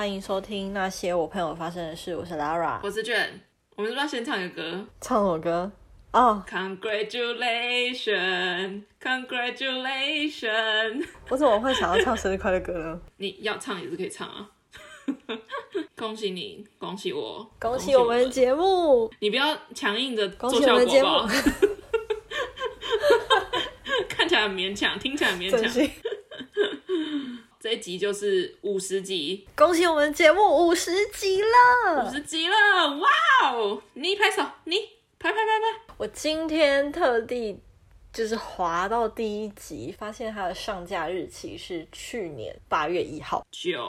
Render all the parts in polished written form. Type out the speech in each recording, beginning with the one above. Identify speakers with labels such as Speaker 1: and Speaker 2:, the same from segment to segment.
Speaker 1: 欢迎收听那些我朋友发生的事，我是 Lara，
Speaker 2: 我是卷。我们是不是要先唱一个歌？
Speaker 1: 唱什么歌？哦、
Speaker 2: Congratulations Congratulations
Speaker 1: 我怎么会想要唱生日快乐歌呢？
Speaker 2: 你要唱也是可以唱啊。恭喜你，恭喜我，
Speaker 1: 恭喜我们的节目！
Speaker 2: 你不要强硬的
Speaker 1: 恭
Speaker 2: 做效
Speaker 1: 喜我们的节目
Speaker 2: 果吧。看起来很勉强，听起来很勉强。这一集就是50集，
Speaker 1: 恭喜我们节目50集了
Speaker 2: 50集了，哇哦！你拍手，你拍。
Speaker 1: 我今天特地就是滑到第一集，发现它的上架日期是去年8月1号。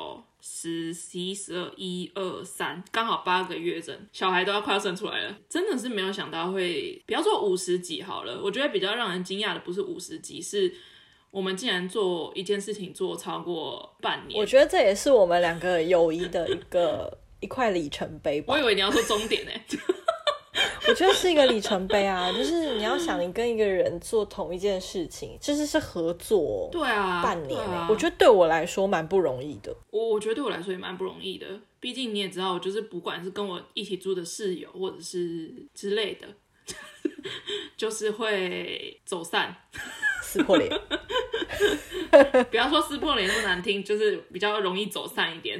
Speaker 2: 9、10、11、12、1、2、3，刚好8个月整，小孩都要快要生出来了，真的是没有想到会，不要说50集好了，我觉得比较让人惊讶的不是50集，是我们竟然做一件事情做超过半年。
Speaker 1: 我觉得这也是我们两个友谊的一块里程碑吧。
Speaker 2: 我以为你要说终点欸
Speaker 1: 我觉得是一个里程碑啊，就是你要想你跟一个人做同一件事情，就是是合作
Speaker 2: 对啊，
Speaker 1: 半年欸，
Speaker 2: 对啊，
Speaker 1: 我觉得对我来说蛮不容易的。
Speaker 2: 我觉得对我来说也蛮不容易的，毕竟你也知道，我就是不管是跟我一起住的室友或者是之类的，就是会走散。
Speaker 1: 撕破脸。
Speaker 2: 不要说撕破脸那么难听，就是比较容易走散一点。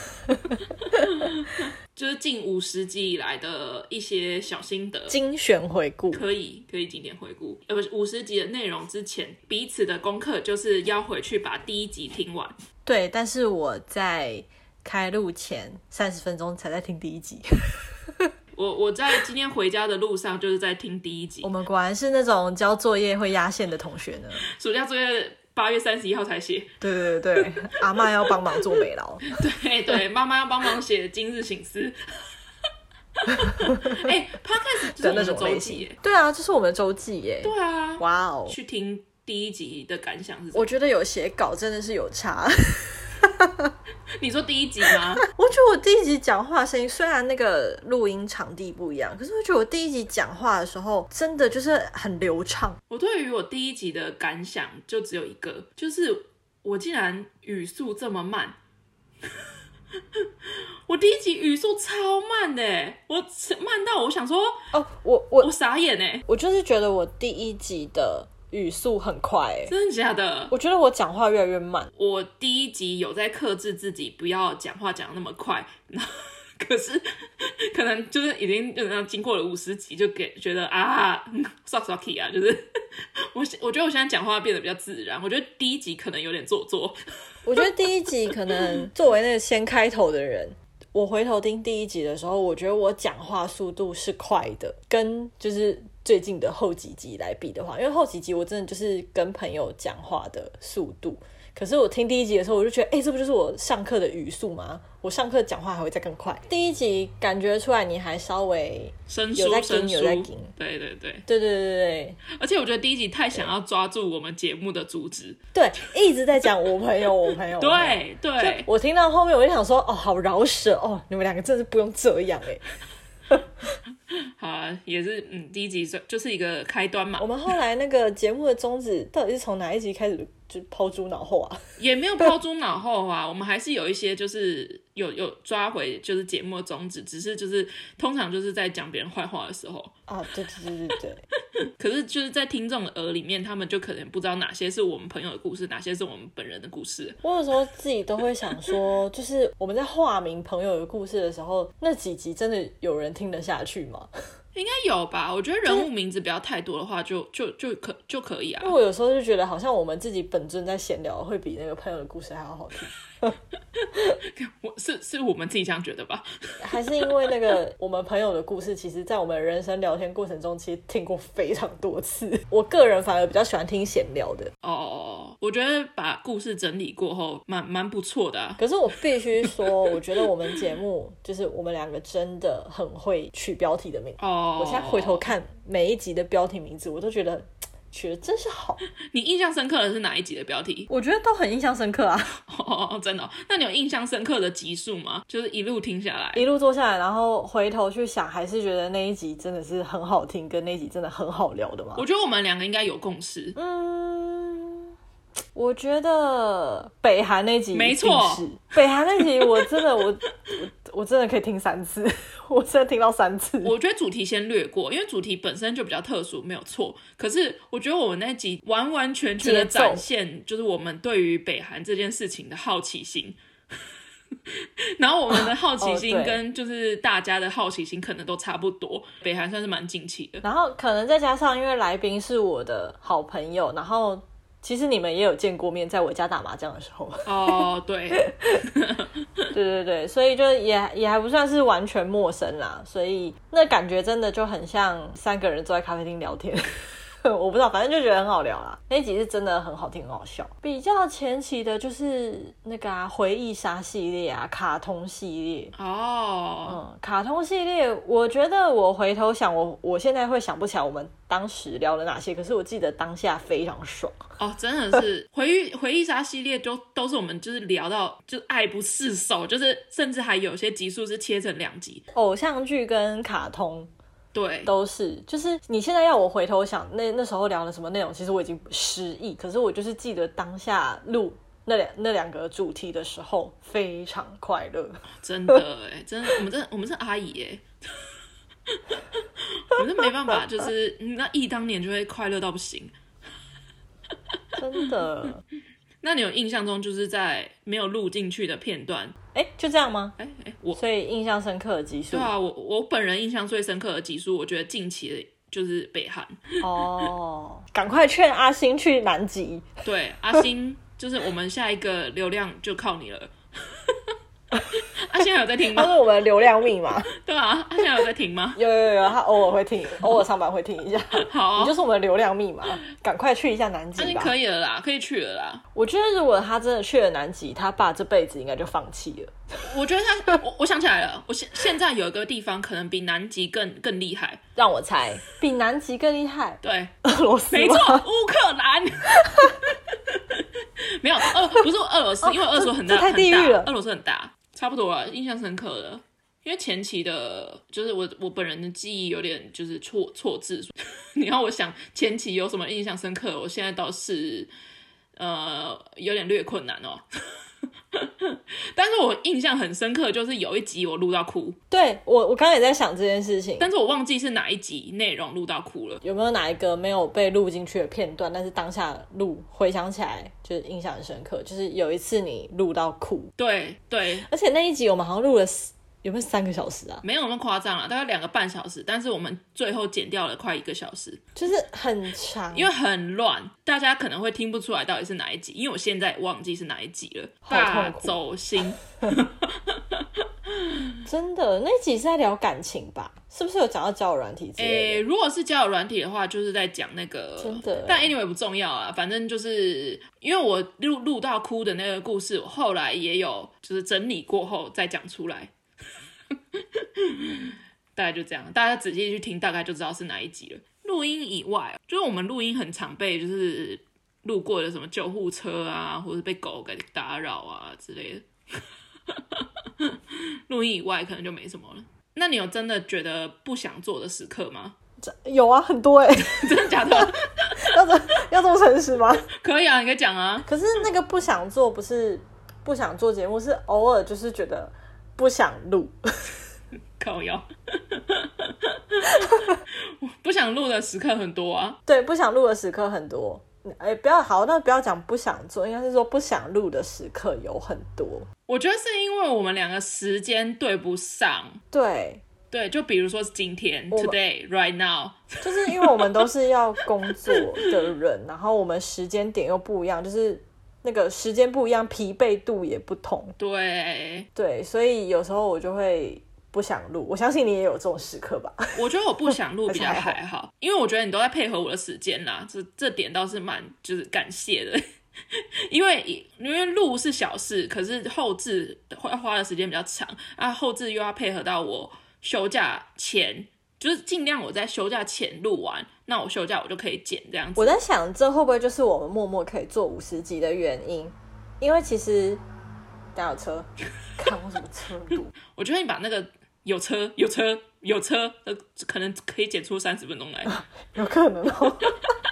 Speaker 2: 就是近50集以来的一些小心得，
Speaker 1: 精选回顾，
Speaker 2: 可以经典回顾。不是50集的内容之前，彼此的功课就是要回去把第一集听完。
Speaker 1: 对，但是我在开录前30分钟才在听第一集。
Speaker 2: 我在今天回家的路上就是在听第一集。
Speaker 1: 我们果然是那种交作业会压线的同学呢。
Speaker 2: 暑假作业8月31号才写。
Speaker 1: 对，阿嬷要帮忙做美劳。
Speaker 2: 对，妈妈要帮忙写今日醒思。Podcast 就是我们的周记耶。
Speaker 1: 对啊，这是我们的周记耶。
Speaker 2: 对啊，
Speaker 1: 哇哦！
Speaker 2: 去听第一集的感想是什么？
Speaker 1: 我觉得有写稿真的是有差。
Speaker 2: 你说第一集吗？
Speaker 1: 我觉得我第一集讲话声音，虽然那个录音场地不一样，可是我觉得我第一集讲话的时候真的就是很流畅。
Speaker 2: 我对于我第一集的感想就只有一个，就是我竟然语速这么慢。我第一集语速超慢的耶，我慢到我想说
Speaker 1: 哦，我
Speaker 2: 傻眼耶。
Speaker 1: 我就是觉得我第一集的语速很快耶。
Speaker 2: 真的假的？
Speaker 1: 我觉得我讲话越来越慢。
Speaker 2: 我第一集有在克制自己不要讲话讲那么快，可是可能就是已经经过了50集，就觉得刷气啊，就是我觉得我现在讲话变得比较自然。我觉得第一集可能有点做作。
Speaker 1: 我觉得第一集可能作为那个先开头的人，我回头听第一集的时候，我觉得我讲话速度是快的，跟就是最近的后几集来比的话，因为后几集我真的就是跟朋友讲话的速度，可是我听第一集的时候，我就觉得这不就是我上课的语速吗？我上课讲话还会再更快。第一集感觉出来你还稍微有在盯，有在盯。对，
Speaker 2: 而且我觉得第一集太想要抓住我们节目的主旨，
Speaker 1: 对，一直在讲我朋友。
Speaker 2: 对，
Speaker 1: 我听到后面我就想说，好饶舌哦，你们两个真的是不用这样
Speaker 2: 好啊，也是第一集就是一个开端嘛。
Speaker 1: 我们后来那个节目的宗旨到底是从哪一集开始就抛诸脑后啊？
Speaker 2: 也没有抛诸脑后啊，我们还是有一些就是有抓回就是节目的宗旨，只是就是通常就是在讲别人坏话的时候
Speaker 1: 啊，对。
Speaker 2: 可是就是在听众的耳里面，他们就可能不知道哪些是我们朋友的故事，哪些是我们本人的故事。
Speaker 1: 我有时候自己都会想说，就是我们在化名朋友的故事的时候，那几集真的有人听得下去吗？
Speaker 2: 应该有吧，我觉得人物名字不要太多的话就可以啊。
Speaker 1: 因为我有时候就觉得好像我们自己本尊在闲聊会比那个朋友的故事还要好听。
Speaker 2: 是我们自己这样觉得吧？
Speaker 1: 还是因为那个我们朋友的故事，其实在我们人生聊天过程中其实听过非常多次。我个人反而比较喜欢听闲聊的。
Speaker 2: 我觉得把故事整理过后蛮不错的啊。
Speaker 1: 可是我必须说，我觉得我们节目就是我们两个真的很会取标题的名。我现在回头看每一集的标题名字，我都觉得取得真是好。
Speaker 2: 你印象深刻的是哪一集的标题？
Speaker 1: 我觉得都很印象深刻啊。
Speaker 2: 真的哦？那你有印象深刻的集数吗？就是一路听下来，
Speaker 1: 一路做下来，然后回头去想，还是觉得那一集真的是很好听，跟那一集真的很好聊的吗？
Speaker 2: 我觉得我们两个应该有共识。
Speaker 1: 我觉得北韩那集
Speaker 2: 没错，
Speaker 1: 北韩那集我真的我真的可以听3次，我真的听到3次。
Speaker 2: 我觉得主题先略过，因为主题本身就比较特殊，没有错。可是我觉得我们那集完完全全的展现，就是我们对于北韩这件事情的好奇心。然后我们的好奇心跟就是大家的好奇心可能都差不多，北韩算是蛮近期的。
Speaker 1: 然后可能再加上因为来宾是我的好朋友，然后其实你们也有见过面，在我家打麻将的时候。
Speaker 2: 哦，对，
Speaker 1: 对对对，所以就也还不算是完全陌生啦，所以那感觉真的就很像3个人坐在咖啡厅聊天。我不知道，反正就觉得很好聊啦。那一集是真的很好听，很好笑。比较前期的就是那个回忆杀系列啊，卡通系列
Speaker 2: 哦，
Speaker 1: 卡通系列，我觉得我回头想，我现在会想不起来我们当时聊了哪些，可是我记得当下非常爽。
Speaker 2: 哦，真的是回忆杀系列都是我们就是聊到就爱不释手，就是甚至还有些集数是切成2集，
Speaker 1: 偶像剧跟卡通。
Speaker 2: 对，
Speaker 1: 都是，就是你现在要我回头想那时候聊了什么内容，其实我已经失忆，可是我就是记得当下录那两个主题的时候非常快乐。
Speaker 2: 真的耶，真的我们是阿姨耶，我们是没办法，就是那忆当年就会快乐到不行。
Speaker 1: 真的。
Speaker 2: 那你有印象中就是在没有录进去的片段？
Speaker 1: 就这样吗？
Speaker 2: 所
Speaker 1: 以印象深刻的集数。
Speaker 2: 对啊，我本人印象最深刻的集数，我觉得近期的就是北韩。
Speaker 1: 哦，赶快劝阿星去南极。对，
Speaker 2: 阿星就是我们下一个流量就靠你了。他现在有在听吗？
Speaker 1: 他是我们的流量密码。
Speaker 2: 对啊，他现在有在听吗？
Speaker 1: 有，他偶尔会听，偶尔上班会听一下。
Speaker 2: 好，
Speaker 1: 你就是我们的流量密码，赶快去一下南极吧。
Speaker 2: 已经可以了啦，可以去了啦。
Speaker 1: 我觉得如果他真的去了南极，他爸这辈子应该就放弃了。
Speaker 2: 我觉得我想起来了，我现在有一个地方可能比南极更厉害。
Speaker 1: 让我猜，比南极更厉害？
Speaker 2: 对，
Speaker 1: 俄罗斯。
Speaker 2: 没错，乌克兰。没有，不是俄罗斯，因为俄罗斯很大，
Speaker 1: 这太地狱了。
Speaker 2: 俄罗斯很大，差不多了，印象深刻的。因为前期的，就是我本人的记忆有点就是错字。你要我想前期有什么印象深刻，我现在倒是有点略困难哦。但是我印象很深刻，就是有一集我录到哭。
Speaker 1: 对，我刚刚也在想这件事情，
Speaker 2: 但是我忘记是哪一集内容录到哭了。
Speaker 1: 有没有哪一个没有被录进去的片段，但是当下录回想起来就是印象很深刻？就是有一次你录到哭。
Speaker 2: 对，
Speaker 1: 而且那一集我们好像录了有没有3个小时啊？
Speaker 2: 没有那么夸张啦，大概2个半小时，但是我们最后剪掉了快1个小时，
Speaker 1: 就是很长，
Speaker 2: 因为很乱，大家可能会听不出来到底是哪一集，因为我现在忘记是哪一集了。
Speaker 1: 好痛苦，
Speaker 2: 大走心。
Speaker 1: 真的，那一集是在聊感情吧？是不是有讲到交友软体之类的？
Speaker 2: 如果是交友软体的话，就是在讲那个，
Speaker 1: 真的。
Speaker 2: 但 anyway 不重要啊，反正就是因为我录到哭的那个故事，我后来也有就是整理过后再讲出来。大概就这样，大家仔细去听，大概就知道是哪一集了。录音以外，就是我们录音很常被就是路过的什么救护车啊，或者被狗给打扰啊之类的。录音以外可能就没什么了。那你有真的觉得不想做的时刻吗？
Speaker 1: 有啊，很多
Speaker 2: 真的假的？
Speaker 1: 要这么诚实吗？
Speaker 2: 可以啊，你可以讲啊。
Speaker 1: 可是那个不想做，不是不想做节目，是偶尔就是觉得不想录。
Speaker 2: 靠腰。不想录的时刻很多啊。
Speaker 1: 对，不想录的时刻很多。不要好，那不要讲不想做，应该是说不想录的时刻有很多。
Speaker 2: 我觉得是因为我们2个时间对不上。对，就比如说是今天 today right now，
Speaker 1: 就是因为我们都是要工作的人，然后我们时间点又不一样，就是那个时间不一样，疲惫度也不同。对，所以有时候我就会不想录。我相信你也有这种时刻吧？我
Speaker 2: 觉得我不想录比较还好，因为我觉得你都在配合我的时间啦，这点倒是蛮就是感谢的。因为录是小事，可是后制会花的时间比较长啊，后制又要配合到我休假前，就是尽量我在休假前录完，那我休假我就可以剪这样子。
Speaker 1: 我在想这会不会就是我们默默可以做50集的原因，因为其实等下有车看我什么车路。
Speaker 2: 我觉得你把那个有车可能可以剪出30分钟来。
Speaker 1: 有可能哦。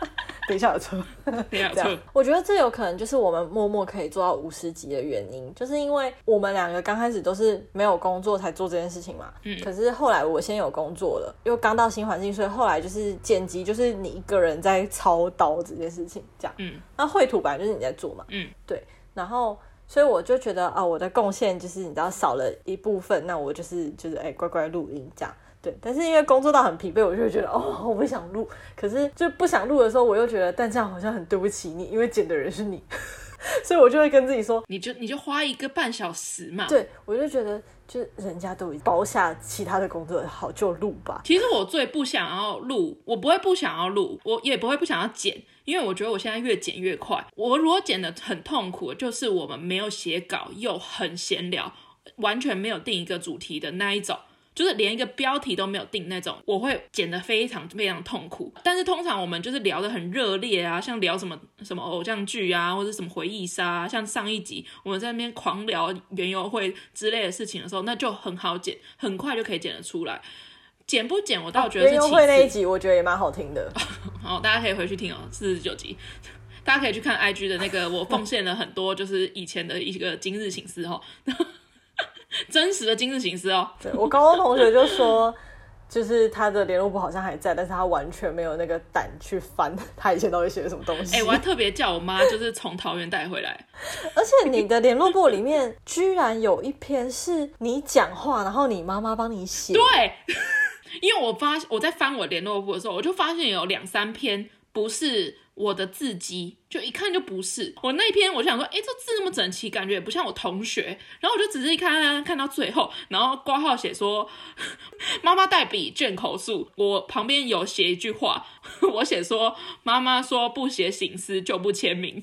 Speaker 1: 等一下有车，
Speaker 2: 等一下有车。
Speaker 1: 我觉得这有可能就是我们默默可以做到50集的原因，就是因为我们两个刚开始都是没有工作才做这件事情嘛。可是后来我先有工作了，又刚到新环境，所以后来就是剪辑，就是你一个人在操刀这件事情，这样。那绘图本来就是你在做嘛。对。然后，所以我就觉得啊，我的贡献就是你知道少了一部分，那我就是乖乖录音这样。对，但是因为工作到很疲惫，我就会觉得我不想录。可是就不想录的时候，我又觉得，但这样好像很对不起你，因为剪的人是你，所以我就会跟自己说，
Speaker 2: 你就花1个半小时嘛。
Speaker 1: 对，我就觉得，就人家都已经包下其他的工作，好就录吧。
Speaker 2: 其实我最不想要录，我不会不想要录，我也不会不想要剪，因为我觉得我现在越剪越快。我如果剪得很痛苦，就是我们没有写稿又很闲聊，完全没有定一个主题的那一种。就是连一个标题都没有定那种，我会剪得非常非常痛苦。但是通常我们就是聊得很热烈啊，像聊什么偶像剧啊，或者什么回忆杀啊，像上一集我们在那边狂聊园游会之类的事情的时候，那就很好剪，很快就可以剪得出来。剪不剪我倒觉得是其次。园
Speaker 1: 游会那一集我觉得也蛮好听的。
Speaker 2: 大家可以回去听49集。大家可以去看 IG 的那个，我奉献了很多就是以前的一个今日醒思真实的今日行思哦。
Speaker 1: 对，我高中同学就说，就是他的联络簿好像还在，但是他完全没有那个胆去翻他以前到底写了什么东西。
Speaker 2: 我还特别叫我妈就是从桃园带回来。
Speaker 1: 而且你的联络簿里面居然有一篇是你讲话，然后你妈妈帮你写。
Speaker 2: 对，因为我在翻我联络簿的时候，我就发现有2-3篇不是我的字迹，就一看就不是我那篇。我就想说这字那么整齐，感觉也不像我同学。然后我就仔细看到最后，然后括号写说妈妈带笔卷口述，我旁边有写一句话，我写说妈妈说不写醒思就不签名。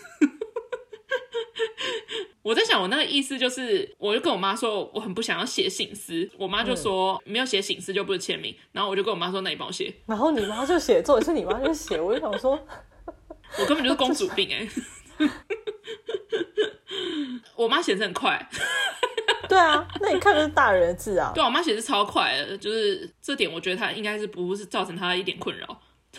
Speaker 2: 我在想我那个意思就是，我就跟我妈说我很不想要写醒思，我妈就说没有写醒思就不是签名。然后我就跟我妈说那你帮我写，
Speaker 1: 然后你妈就写，重点是你妈就写。我就想说
Speaker 2: 我根本就是公主病我妈写字很快。
Speaker 1: 对啊，那一看就是大人的字啊。
Speaker 2: 对啊，我妈写字超快的，就是这点我觉得她应该是不是造成她一点困扰。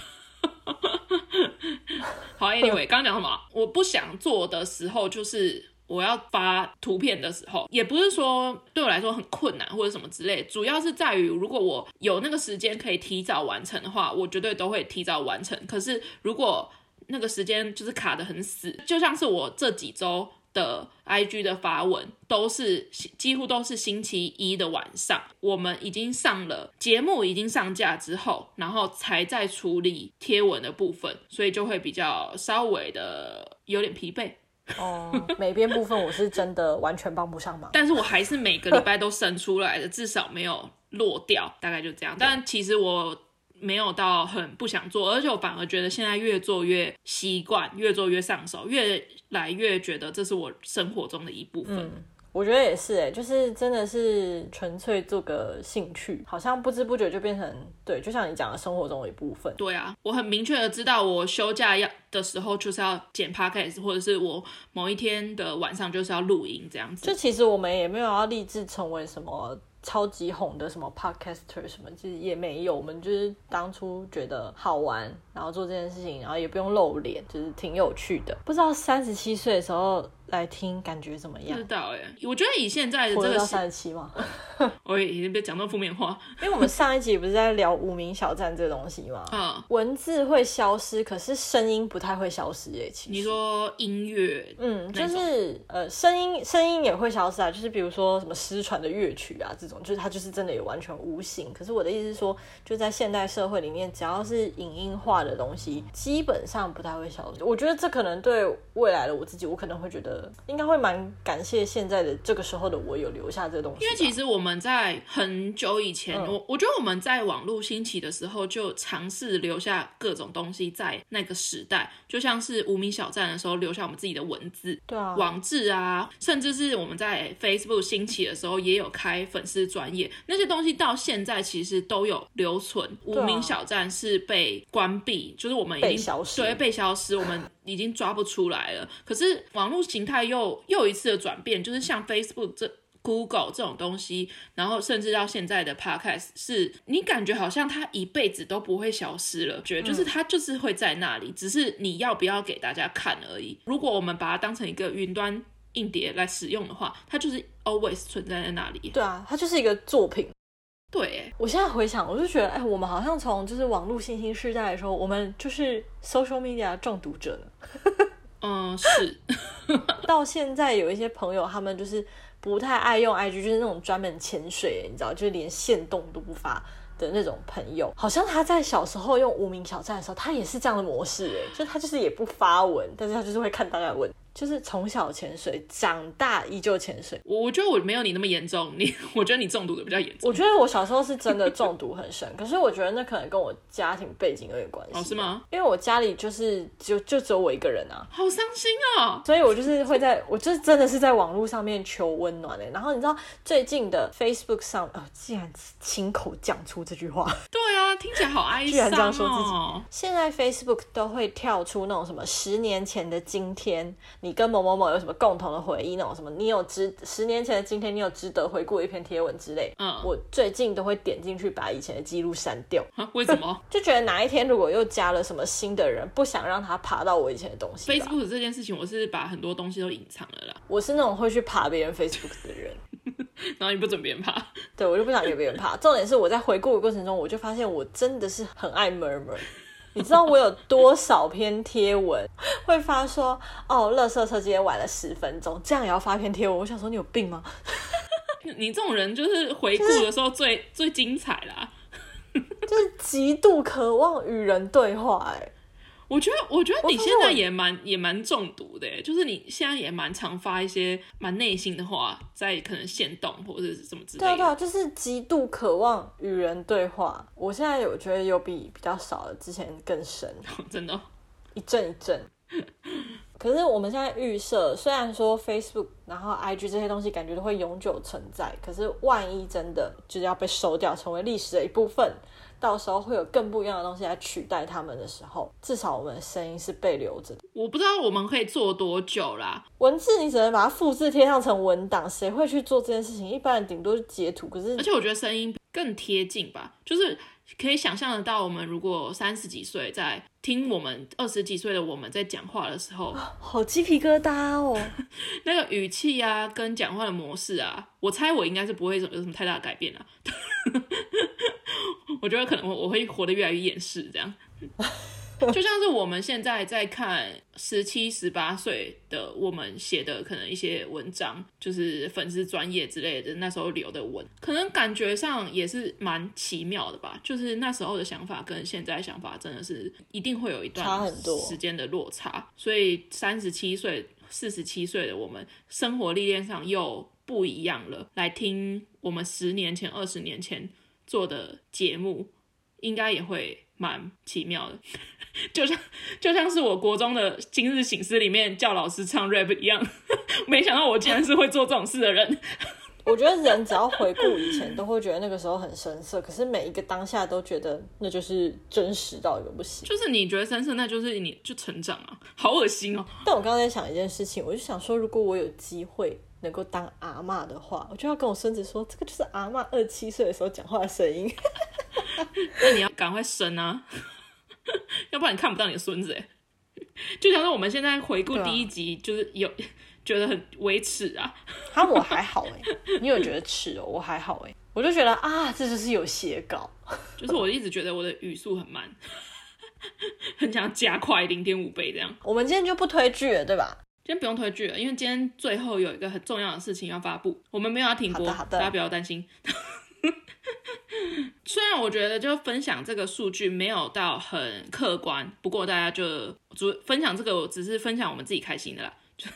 Speaker 2: 好 anyway 刚刚讲什么？我不想做的时候就是我要发图片的时候，也不是说对我来说很困难或者什么之类，主要是在于如果我有那个时间可以提早完成的话，我绝对都会提早完成。可是如果那个时间就是卡得很死，就像是我这几周的 IG 的发文几乎都是星期一的晚上，我们已经上了节目，已经上架之后，然后才在处理贴文的部分，所以就会比较稍微的有点疲惫。
Speaker 1: 美编部分我是真的完全帮不上忙，
Speaker 2: 但是我还是每个礼拜都生出来的，至少没有落掉，大概就这样。但其实我没有到很不想做，而且我反而觉得现在越做越习惯，越做越上手，越来越觉得这是我生活中的一部分。
Speaker 1: 我觉得也是就是真的是纯粹做个兴趣，好像不知不觉就变成对，就像你讲的生活中的一部分。
Speaker 2: 对啊，我很明确的知道我休假的时候就是要剪 podcast， 或者是我某一天的晚上就是要录音这样子。
Speaker 1: 就其实我们也没有要立志成为什么超级红的什么 podcaster 什么，其实也没有，我们就是当初觉得好玩，然后做这件事情，然后也不用露脸，就是挺有趣的。不知道37岁的时候来听感觉怎么样？
Speaker 2: 不知道我觉得以现在的这个
Speaker 1: 活得到37吗？
Speaker 2: 我也已经被讲到负面话。
Speaker 1: 因为我们上一集不是在聊无名小站这个东西吗？文字会消失，可是声音不太会消失耶。其实
Speaker 2: 你说音乐，
Speaker 1: 就是声音也会消失啊，就是比如说什么失传的乐曲啊这种，就是它就是真的也完全无形。可是我的意思是说，就在现代社会里面，只要是影音化的东西，基本上不太会消失。我觉得这可能对未来的我自己，我可能会觉得应该会蛮感谢现在的这个时候的我有留下这个东西。
Speaker 2: 因为其实我们在很久以前，我觉得我们在网络兴起的时候就尝试留下各种东西在那个时代，就像是无名小站的时候留下我们自己的文字，
Speaker 1: 对啊，
Speaker 2: 网志啊，甚至是我们在 Facebook 兴起的时候也有开粉丝专页，那些东西到现在其实都有留存。无名小站是被关闭，就是我们已经被消失，我们已经抓不出来了。可是网络形态又一次的转变，就是像 Facebook Google 这种东西，然后甚至到现在的 Podcast， 是你感觉好像它一辈子都不会消失了，觉得就是它就是会在那里，只是你要不要给大家看而已。如果我们把它当成一个云端硬碟来使用的话，它就是 always 存在在那里。
Speaker 1: 对啊，它就是一个作品。
Speaker 2: 对，
Speaker 1: 我现在回想，我就觉得，我们好像从就是网络新兴世代的时候，我们就是 social media 中毒者呢。
Speaker 2: 是。
Speaker 1: 到现在有一些朋友，他们就是不太爱用 IG，就是那种专门潜水，你知道，就是连限动都不发的那种朋友。好像他在小时候用无名小站的时候，他也是这样的模式，就他就是也不发文，但是他就是会看大家的文。就是从小潜水，长大依旧潜水。
Speaker 2: 我觉得我没有你那么严重，我觉得你中毒的比较严重。
Speaker 1: 我觉得我小时候是真的中毒很深，可是我觉得那可能跟我家庭背景有点关系。
Speaker 2: 哦，是吗？
Speaker 1: 因为我家里就是就只有我一个人啊，
Speaker 2: 好伤心哦。
Speaker 1: 所以我就是会我就是真的是在网络上面求温暖然后你知道最近的 Facebook 上，竟然亲口讲出这句话。
Speaker 2: 对啊，听起来好哀伤哦。
Speaker 1: 居然这样说自己。现在 Facebook 都会跳出那种什么10年前的今天，你跟某某某有什么共同的回忆，那种什么你有10年前的今天你有值得回顾的一篇贴文之类。我最近都会点进去把以前的记录删掉。
Speaker 2: 为什么？
Speaker 1: 就觉得哪一天如果又加了什么新的人，不想让他爬到我以前的东西。
Speaker 2: Facebook 这件事情我是把很多东西都隐藏了啦。
Speaker 1: 我是那种会去爬别人 Facebook 的人。
Speaker 2: 然后你不准别人爬。
Speaker 1: 对，我就不想给别人爬。重点是我在回顾的过程中，我就发现我真的是很爱 murmur。你知道我有多少篇贴文会发说，垃圾车今天晚了10分钟，这样也要发篇贴文？我想说你有病吗？
Speaker 2: 你这种人就是回顾的时候最精彩啦。
Speaker 1: 就是极度渴望与人对话。
Speaker 2: 我觉得你现在也蛮中毒的耶，就是你现在也蛮常发一些蛮内心的话，在可能限动或者是什么之类的。
Speaker 1: 对啊，就是极度渴望与人对话。我现在我觉得有比较少的之前更深。
Speaker 2: 真的
Speaker 1: 一阵一阵。可是我们现在预设，虽然说 Facebook 然后 IG 这些东西感觉都会永久存在，可是万一真的就是要被收掉成为历史的一部分，到时候会有更不一样的东西来取代他们的时候，至少我们的声音是被留着的。
Speaker 2: 我不知道我们可以做多久啦。
Speaker 1: 文字你只能把它复制贴上成文档，谁会去做这件事情？一般人顶多是截图。可是
Speaker 2: 而且我觉得声音更贴近吧，就是可以想象得到，我们如果30几岁在听我们20几岁的我们在讲话的时候，
Speaker 1: 好鸡皮疙瘩哦。
Speaker 2: 那个语气啊跟讲话的模式啊，我猜我应该是不会有什么太大的改变啦。我觉得可能我会活得越来越厌世这样。就像是我们现在在看17、18岁的我们写的可能一些文章，就是粉丝专页之类的，那时候留的文，可能感觉上也是蛮奇妙的吧。就是那时候的想法跟现在的想法真的是一定会有一段时间的落差，所以37岁、47岁的我们生活历练上又不一样了，来听我们10年前、20年前做的节目，应该也会蛮奇妙的。就像是我国中的今日醒思里面叫老师唱 rap 一样。没想到我竟然是会做这种事的人。
Speaker 1: 我觉得人只要回顾以前都会觉得那个时候很深色，可是每一个当下都觉得那就是真实到一个不行。
Speaker 2: 就是你觉得深色，那就是你就成长啊，好恶心哦。
Speaker 1: 但我刚刚在想一件事情，我就想说，如果我有机会能够当阿嬷的话，我就要跟我孙子说，这个就是阿嬷27岁的时候讲话的声音。
Speaker 2: 那你要赶快生啊，要不然你看不到你的孙子。就像是我们现在回顾第一集，就是有觉得很微耻啊。
Speaker 1: 我还好你有觉得耻哦？我还好我就觉得这就是有写稿。
Speaker 2: 就是我一直觉得我的语速很慢，很想加快0.5倍这样。
Speaker 1: 我们今天就不推剧了，对吧？
Speaker 2: 今天不用推剧了，因为今天最后有一个很重要的事情要发布，我们没有要停播，
Speaker 1: 好的
Speaker 2: 大家不要担心。虽然我觉得就分享这个数据没有到很客观，不过大家就分享这个，我只是分享我们自己开心的啦。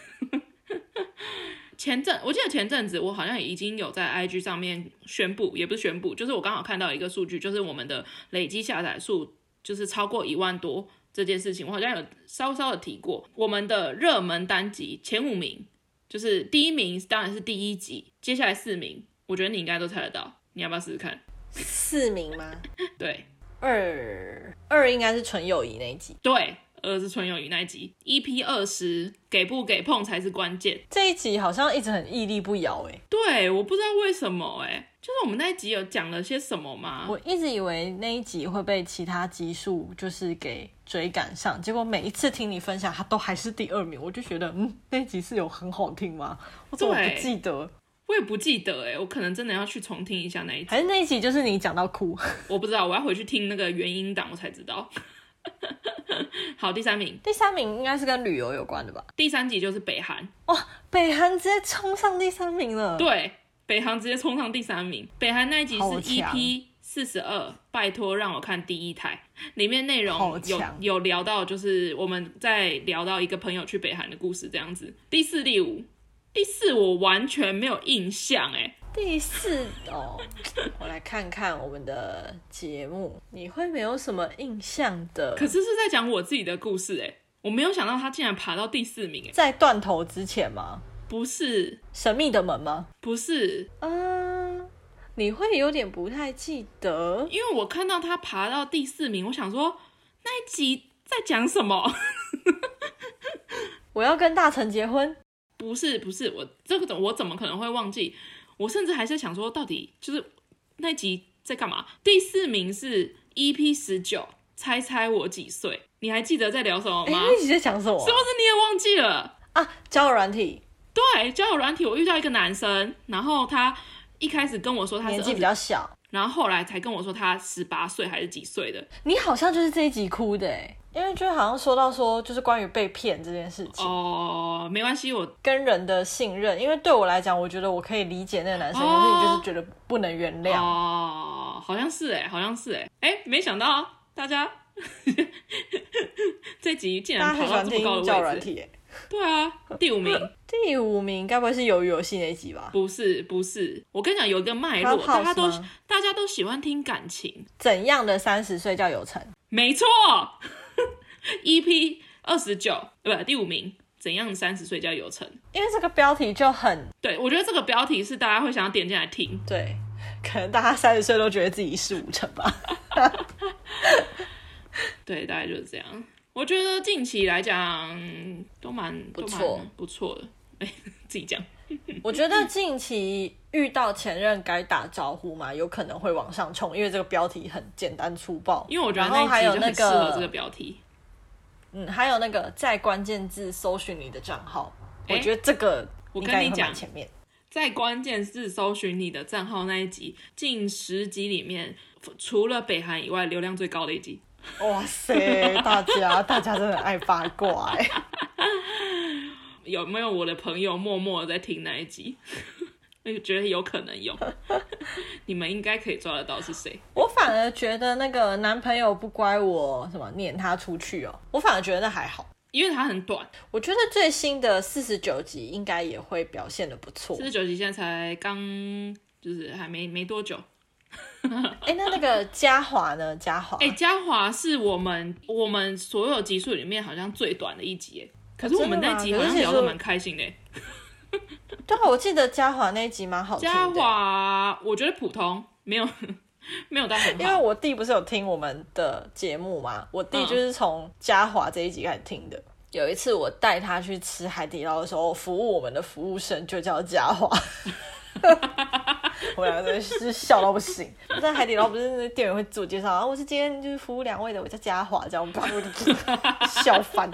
Speaker 2: 我记得前阵子我好像已经有在 IG 上面宣布，也不是宣布，就是我刚好看到一个数据，就是我们的累积下载数就是超过1万多这件事情，我好像有稍稍的提过。我们的热门单集前5名，就是第1名当然是第1集，接下来4名，我觉得你应该都猜得到，你要不要试试看
Speaker 1: ？4名吗？
Speaker 2: 对，
Speaker 1: 二应该是纯友谊那一集。
Speaker 2: 对， 俄是纯友谊那一集 EP20， 给不给碰才是关键。
Speaker 1: 这一集好像一直很屹立不摇
Speaker 2: 对，我不知道为什么就是我们那一集有讲了些什么吗？
Speaker 1: 我一直以为那一集会被其他集数就是给追赶上，结果每一次听你分享它都还是第2名，我就觉得那一集是有很好听吗？我怎么不记得？
Speaker 2: 我也不记得我可能真的要去重听一下那一集，
Speaker 1: 还是那一集就是你讲到哭？
Speaker 2: 我不知道，我要回去听那个原音档我才知道。好，第3名，
Speaker 1: 第3名应该是跟旅游有关的吧？
Speaker 2: 第3集就是北韩。
Speaker 1: 哇，北韩直接冲上第3名了。
Speaker 2: 对，北韩直接冲上第3名。北韩那一集是 EP42，拜托让我看第1台，里面内容有聊到，就是我们在聊到一个朋友去北韩的故事这样子。第4、第5，第4我完全没有印象
Speaker 1: 第4我来看看我们的节目，你会没有什么印象的？
Speaker 2: 可是是在讲我自己的故事我没有想到他竟然爬到第4名
Speaker 1: 在断头之前吗？
Speaker 2: 不是。
Speaker 1: 神秘的门吗？
Speaker 2: 不是。
Speaker 1: 你会有点不太记得，
Speaker 2: 因为我看到他爬到第4名，我想说那一集在讲什么？
Speaker 1: 我要跟大成结婚？
Speaker 2: 不是，我怎么可能会忘记？我甚至还在想说，到底就是那集在干嘛？第4名是 EP19， 猜猜我几岁？你还记得在聊什么吗？
Speaker 1: 那集在讲什么？
Speaker 2: 是不是你也忘记了
Speaker 1: 啊？交友软体。
Speaker 2: 对，交友软体，我遇到一个男生，然后他一开始跟我说他是
Speaker 1: 年纪比较小，
Speaker 2: 然后后来才跟我说他18岁还是几岁的。
Speaker 1: 你好像就是这一集哭的因为就好像说到说就是关于被骗这件事情。
Speaker 2: 没关系，我
Speaker 1: 跟人的信任，因为对我来讲，我觉得我可以理解那个男生，可是你就是觉得不能原谅。
Speaker 2: 好像是好像是没想到大家这集竟然跑到这么高的位置。对啊，第5名。
Speaker 1: 第5名该不会是鱿鱼游戏那一集吧？
Speaker 2: 不是，我跟你讲有一个脉络，大家都喜欢听感情。
Speaker 1: 怎样的30岁叫有成？
Speaker 2: 没错。EP29，第5名，怎样30岁叫有成？
Speaker 1: 因为这个标题就很，
Speaker 2: 对，我觉得这个标题是大家会想要点进来听。
Speaker 1: 对，可能大家30岁都觉得自己15成吧。
Speaker 2: 对，大概就是这样。我觉得近期来讲都蛮不错的。自己讲。
Speaker 1: 我觉得近期遇到前任该打招呼嘛，有可能会往上冲，因为这个标题很简单粗暴。
Speaker 2: 因为我觉得那一集就很适合这个标题。
Speaker 1: 还有那个在关键字搜寻你的账号，我觉得这个应该会蛮前面。
Speaker 2: 在关键字搜寻你的账号那一集，近10集里面，除了北韩以外，流量最高的一集。
Speaker 1: 哇塞，大家真的爱八卦
Speaker 2: 有没有我的朋友默默的在听那一集？我觉得有可能有，你们应该可以抓得到是谁。
Speaker 1: 我反而觉得那个男朋友不乖，我什么撵他出去我反而觉得那还好，
Speaker 2: 因为它很短。
Speaker 1: 我觉得最新的49集应该也会表现得不错。
Speaker 2: 49集现在才刚就是还没多久。
Speaker 1: 那个嘉华呢？嘉
Speaker 2: 华是我们所有集数里面好像最短的一集可是我们那集好像聊得蛮开心的
Speaker 1: 对啊，我记得嘉华那一集蛮好听的。
Speaker 2: 嘉华我觉得普通，没有到很好。
Speaker 1: 因为我弟不是有听我们的节目嘛，我弟就是从嘉华这一集开始听的。有一次我带他去吃海底捞的时候，服务我们的服务生就叫嘉华。我两个人是笑到不行。在海底捞不是那店员会自我介绍，我是今天就是服务2位的，我叫嘉华，这样我就笑翻。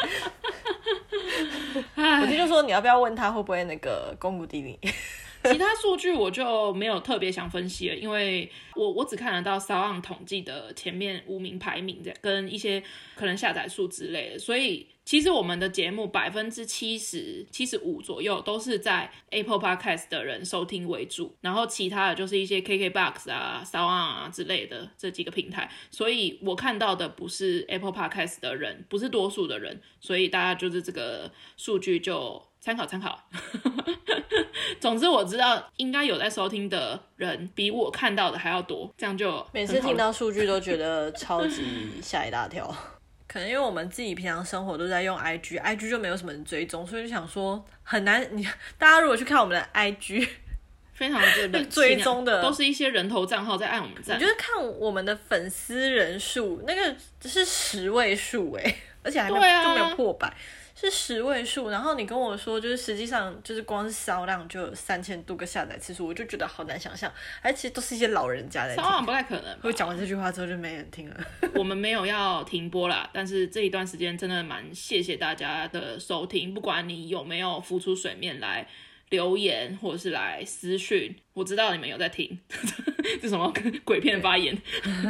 Speaker 1: 我弟就说你要不要问他会不会那个公古地理。
Speaker 2: 其他数据我就没有特别想分析了，因为我只看得到SoundOn统计的前面5名排名跟一些可能下载数之类的，所以其实我们的节目75%左右都是在 Apple Podcast 的人收听为主，然后其他的就是一些 KKBOX 啊、SoundOn 啊之类的这几个平台，所以我看到的不是 Apple Podcast 的人，不是多数的人，所以大家就是这个数据就参考。总之我知道应该有在收听的人比我看到的还要多，这样就
Speaker 1: 每次听到数据都觉得超级吓一大跳。可能因为我们自己平常生活都在用 IG 就没有什么人追踪，所以就想说很难。大家如果去看我们的 IG
Speaker 2: 非常的冷
Speaker 1: 追踪的
Speaker 2: 都是一些人头账号在按我们赞。
Speaker 1: 你就是看我们的粉丝人数，那个是10位数而且还没有、就没有破百，是10位数。然后你跟我说，就是实际上就是光是销量就有3000多个下载次数，我就觉得好难想象。而且都是一些老人家在听，
Speaker 2: 销量不太可能。
Speaker 1: 我讲完这句话之后就没人听了。
Speaker 2: 我们没有要停播啦，但是这一段时间真的蛮谢谢大家的收听，不管你有没有浮出水面来留言或者是来私讯，我知道你们有在听。这什么鬼片发言？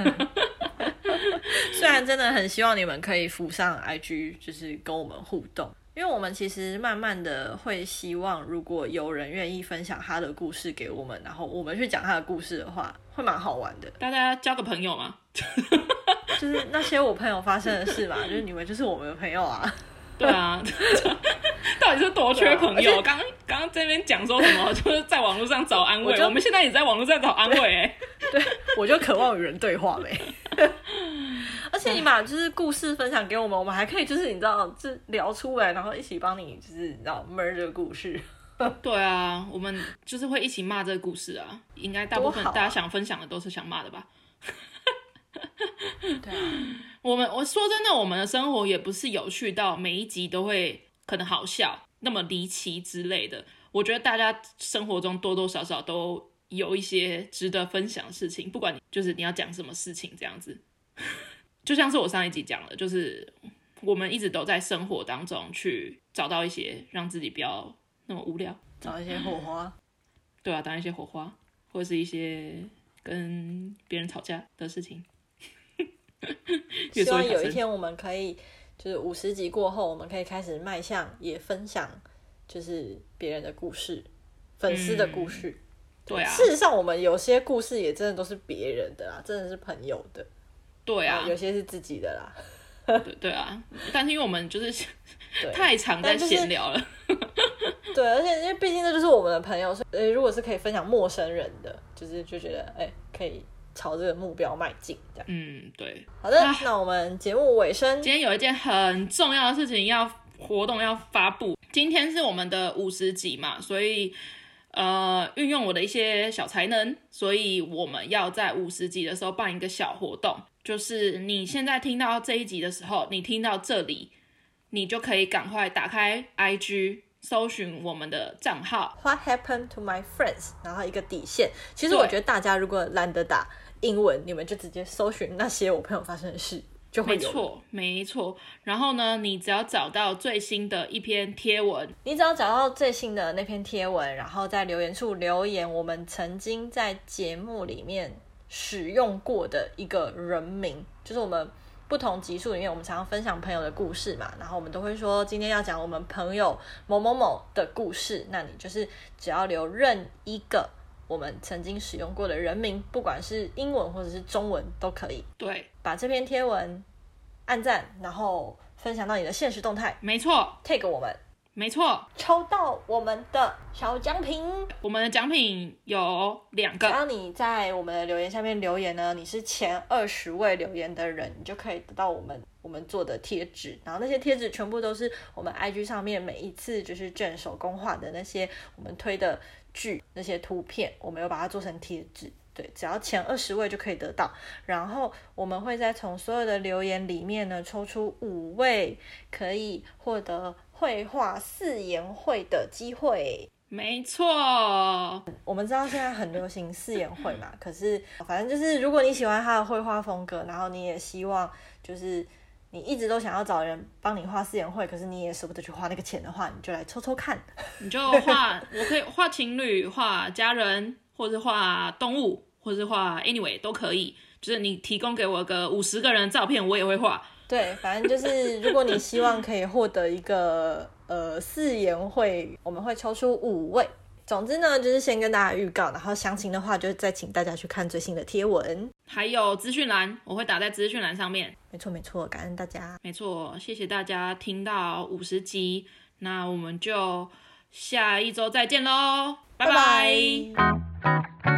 Speaker 1: 虽然真的很希望你们可以浮上 IG， 就是跟我们互动，因为我们其实慢慢的会希望，如果有人愿意分享他的故事给我们，然后我们去讲他的故事的话，会蛮好玩的。
Speaker 2: 大家交个朋友嘛，
Speaker 1: 就是那些我朋友发生的事嘛，就是你们就是我们的朋友啊。
Speaker 2: 对啊，到底是多缺朋友？刚刚这边讲说什么，就是在网络上找安慰。我们现在也在网络上找安慰
Speaker 1: 对，我就渴望与人对话呗。而且你把就是故事分享给我们，我们还可以就是你知道，就聊出来，然后一起帮你就是你知道 merge 这个故事。
Speaker 2: 对啊，我们就是会一起骂这个故事啊。应该大部分大家想分享的都是想骂的吧？
Speaker 1: 对啊，
Speaker 2: 我说真的，我们的生活也不是有趣到每一集都会可能好笑，那么离奇之类的。我觉得大家生活中多多少少都有一些值得分享的事情，不管你要讲什么事情这样子。就像是我上一集讲的，就是我们一直都在生活当中去找到一些让自己不要那么无聊，
Speaker 1: 找一些火花。
Speaker 2: 对啊，当一些火花，或者是一些跟别人吵架的事情。
Speaker 1: 希望有一天我们可以，就是50集过后，我们可以开始迈向也分享，就是别人的故事，粉丝的故事。
Speaker 2: 对啊，
Speaker 1: 事实上我们有些故事也真的都是别人的啦，真的是朋友的。
Speaker 2: 对啊，
Speaker 1: 有些是自己的啦。
Speaker 2: 对啊，但是因为我们就是太常在闲聊了。
Speaker 1: 对，而且因为毕竟这就是我们的朋友，所以如果是可以分享陌生人的，就觉得可以朝这个目标迈进，这样。
Speaker 2: 对。
Speaker 1: 好的，那我们节目尾声，
Speaker 2: 今天有一件很重要的事情活动要发布。今天是我们的50集嘛，所以运用我的一些小才能，所以我们要在50集的时候办一个小活动，就是你现在听到这一集的时候，你听到这里，你就可以赶快打开 IG。搜寻我们的账号
Speaker 1: What happened to my friends， 然后一个底线。其实我觉得大家如果懒得打英文，你们就直接搜寻那些我朋友发生的事就会有。
Speaker 2: 没错。然后呢，你只要找到最新的一篇贴文，
Speaker 1: 你只要找到最新的那篇贴文，然后在留言处留言我们曾经在节目里面使用过的一个人名，就是我们不同集数里面我们常常分享朋友的故事嘛，然后我们都会说今天要讲我们朋友某某某的故事，那你就是只要留任一个我们曾经使用过的人名，不管是英文或者是中文都可以。
Speaker 2: 对，
Speaker 1: 把这篇贴文按赞，然后分享到你的限时动态，
Speaker 2: 没错
Speaker 1: ，tag 我们，
Speaker 2: 没错，
Speaker 1: 抽到我们的小奖品。
Speaker 2: 我们的奖品有2个，
Speaker 1: 只要你在我们的留言下面留言呢，你是前20位留言的人，你就可以得到我们做的贴纸，然后那些贴纸全部都是我们 IG 上面每一次就是正手工画的那些我们推的剧那些图片，我们有把它做成贴纸。对，只要前20位就可以得到，然后我们会再从所有的留言里面呢抽出5位可以获得绘画4言会的机会。
Speaker 2: 没错，
Speaker 1: 我们知道现在很流行4言会嘛，可是反正就是如果你喜欢他的绘画风格，然后你也希望就是你一直都想要找人帮你画4言会，可是你也舍不得去花那个钱的话，你就来抽抽看。
Speaker 2: 你就画，我可以画情侣，画家人，或者画动物，或者是画 anyway 都可以，就是你提供给我个50个人的照片，我也会画。
Speaker 1: 对，反正就是如果你希望可以获得一个4言会，我们会抽出5位。总之呢，就是先跟大家预告，然后详情的话就再请大家去看最新的贴文，
Speaker 2: 还有资讯栏，我会打在资讯栏上面。
Speaker 1: 没错没错，感恩大家。
Speaker 2: 没错，谢谢大家听到50集，那我们就下一周再见咯，拜拜。